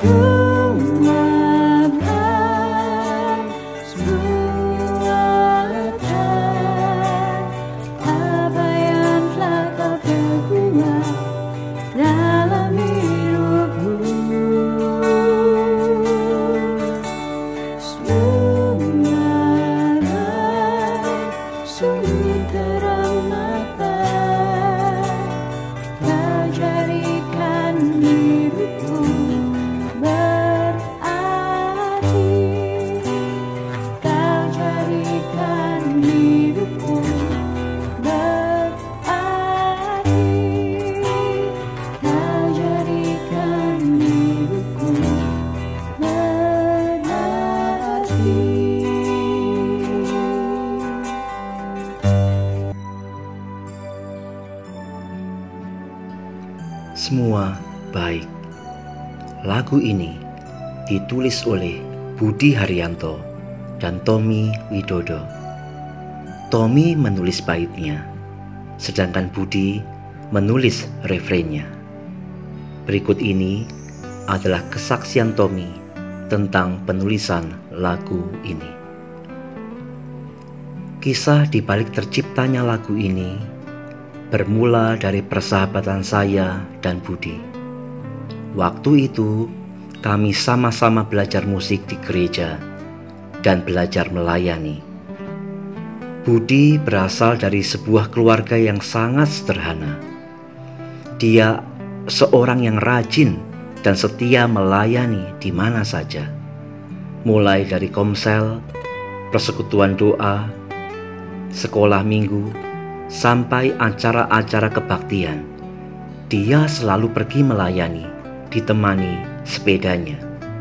Semua baik. Lagu ini ditulis oleh Budi Haryanto dan Tommy Widodo. Tommy menulis baitnya, sedangkan Budi menulis refrennya. Berikut ini adalah kesaksian Tommy tentang penulisan lagu ini. Kisah di balik terciptanya lagu ini bermula dari persahabatan saya dan Budi. Waktu itu kami sama-sama belajar musik di gereja dan belajar melayani. Budi berasal dari sebuah keluarga yang sangat sederhana. Dia seorang yang rajin dan setia melayani di mana saja, mulai dari komsel, persekutuan doa, sekolah minggu, sampai acara-acara kebaktian. Dia selalu pergi melayani, ditemani sepedanya.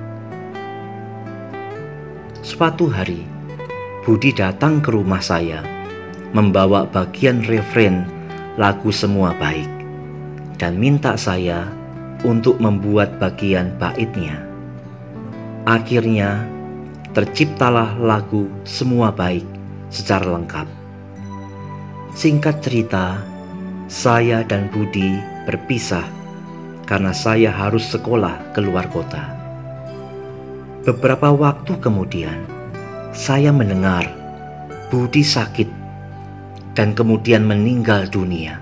Suatu hari, Budi datang ke rumah saya, membawa bagian refren lagu Semua Baik, dan minta saya untuk membuat bagian baitnya. Akhirnya, terciptalah lagu Semua Baik secara lengkap. Singkat cerita, saya dan Budi berpisah karena saya harus sekolah ke luar kota. Beberapa waktu kemudian, saya mendengar Budi sakit dan kemudian meninggal dunia.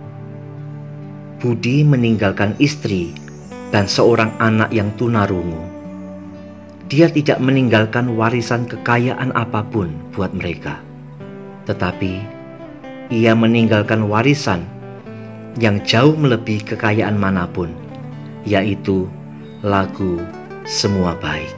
Budi meninggalkan istri dan seorang anak yang tunarungu. Dia tidak meninggalkan warisan kekayaan apapun buat mereka, tetapi ia meninggalkan warisan yang jauh melebihi kekayaan manapun, yaitu lagu Semua Baik.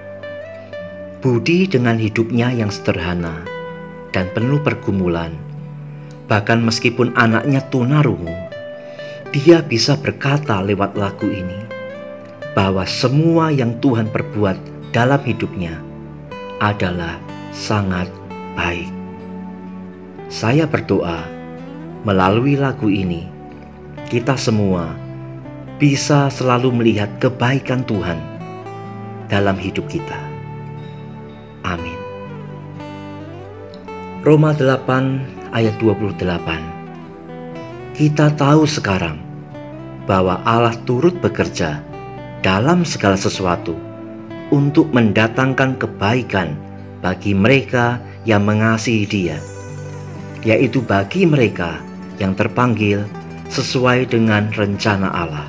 Budi dengan hidupnya yang sederhana dan penuh pergumulan, bahkan meskipun anaknya tunarungu, dia bisa berkata lewat lagu ini bahwa semua yang Tuhan perbuat dalam hidupnya adalah sangat baik. Saya berdoa melalui lagu ini kita semua bisa selalu melihat kebaikan Tuhan dalam hidup kita. Amin. Roma 8 ayat 28. Kita tahu sekarang bahwa Allah turut bekerja dalam segala sesuatu untuk mendatangkan kebaikan bagi mereka yang mengasihi Dia, yaitu bagi mereka yang terpanggil sesuai dengan rencana Allah.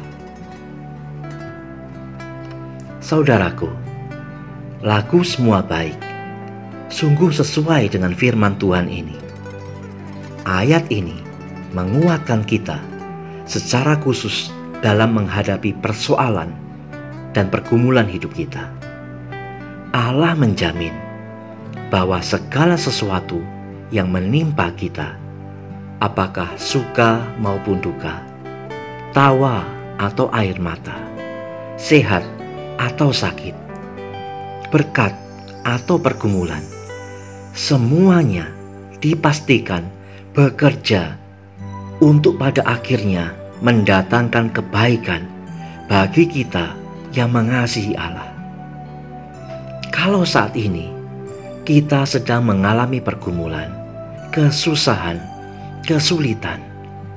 Saudaraku, lagu Semua Baik sungguh sesuai dengan firman Tuhan ini. Ayat ini menguatkan kita secara khusus dalam menghadapi persoalan dan pergumulan hidup kita. Allah menjamin bahwa segala sesuatu yang menimpa kita, apakah suka maupun duka, tawa atau air mata, sehat atau sakit, berkat atau pergumulan, semuanya dipastikan bekerja untuk pada akhirnya mendatangkan kebaikan bagi kita yang mengasihi Allah. Kalau saat ini kita sedang mengalami pergumulan, kesusahan, kesulitan,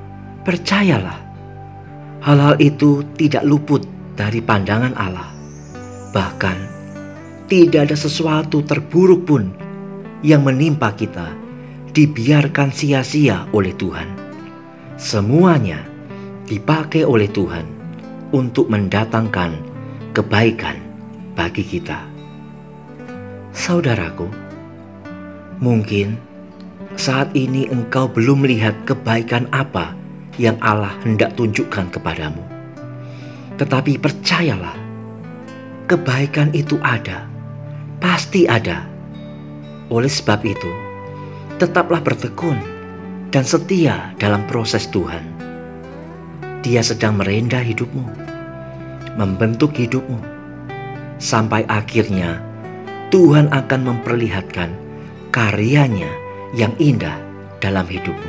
percayalah, hal-hal itu tidak luput dari pandangan Allah. Bahkan tidak ada sesuatu terburuk pun yang menimpa kita dibiarkan sia-sia oleh Tuhan. Semuanya dipakai oleh Tuhan untuk mendatangkan kebaikan bagi kita. Saudaraku, mungkin saat ini engkau belum melihat kebaikan apa yang Allah hendak tunjukkan kepadamu. Tetapi percayalah, kebaikan itu ada, pasti ada. Oleh sebab itu, tetaplah bertekun dan setia dalam proses Tuhan. Dia sedang merendah hidupmu, membentuk hidupmu, sampai akhirnya Tuhan akan memperlihatkan karyanya yang indah dalam hidupmu.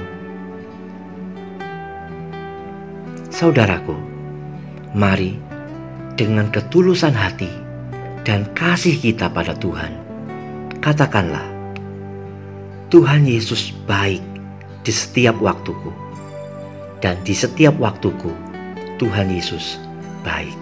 Saudaraku, mari dengan ketulusan hati dan kasih kita pada Tuhan, katakanlah, Tuhan Yesus baik di setiap waktuku, dan di setiap waktuku Tuhan Yesus baik.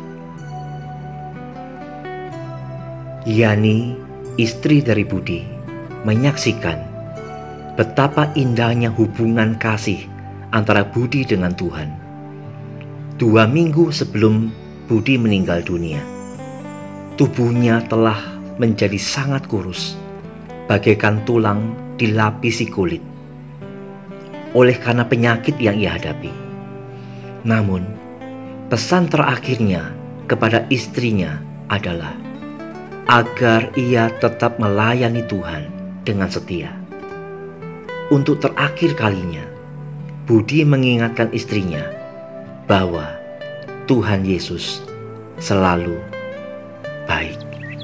Yani, istri dari Budi, menyaksikan betapa indahnya hubungan kasih antara Budi dengan Tuhan. 2 minggu sebelum Budi meninggal dunia, tubuhnya telah menjadi sangat kurus, bagaikan tulang dilapisi kulit, oleh karena penyakit yang ia hadapi. Namun, pesan terakhirnya kepada istrinya adalah agar ia tetap melayani Tuhan dengan setia. Untuk terakhir kalinya, Budi mengingatkan istrinya bahwa Tuhan Yesus selalu baik.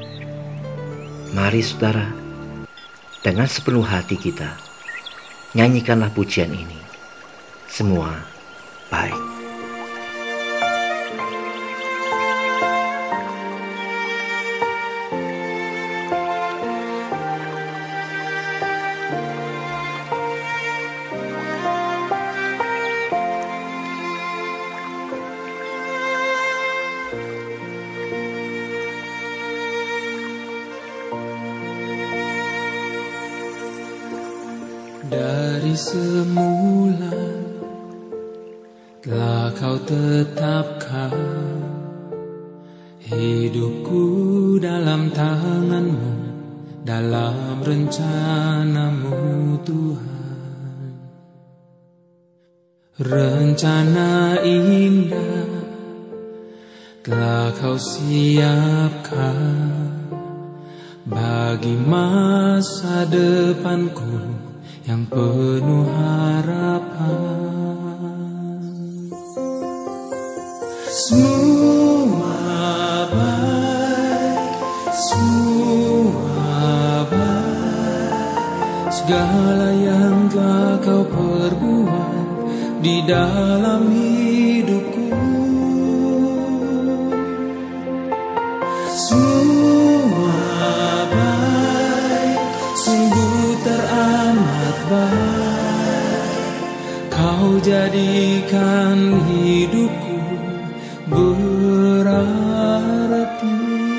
Mari saudara, dengan sepenuh hati kita, nyanyikanlah pujian ini. Semua baik. Dari semula telah kau tetapkan hidupku dalam tanganmu, dalam rencanamu Tuhan. Rencana indah telah kau siapkan bagi masa depanku yang penuh harapan. Semua baik, semua baik. Segala yang telah kau perbuat di dalam hidupku, semua baik, sungguh teramat baik. Kau jadikan hidupku berarti.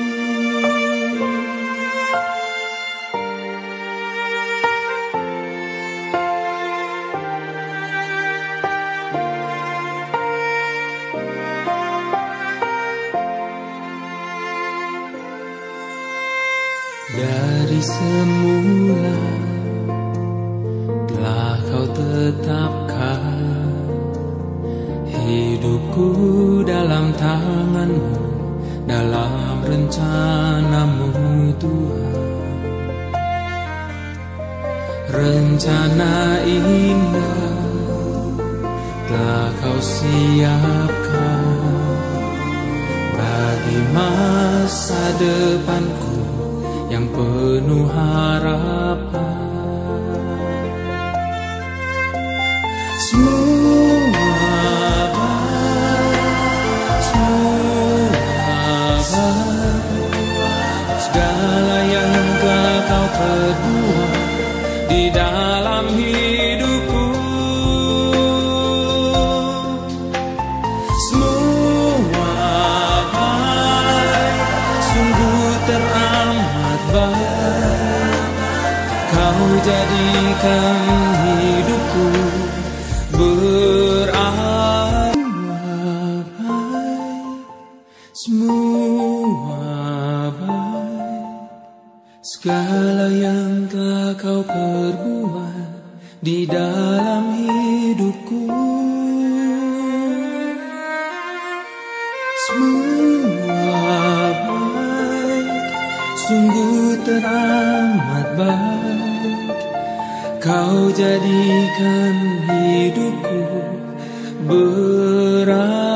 Dari semula telah kau tetapkan hidupku dalam tanganmu, dalam rencanamu Tuhan. Rencana indah telah kau siapkan bagi masa depanku yang penuh harapan. Semua baik, semua baik. Segala yang telah kau perbuat di dalam hidupku, semua baik, sungguh teramat baik. Kau jadikan hidupku berarti. Semua baik, segala yang telah kau perbuat di dalam hidupku. Semua baik, sungguh teramat baik. Kau jadikan hidupku berarti.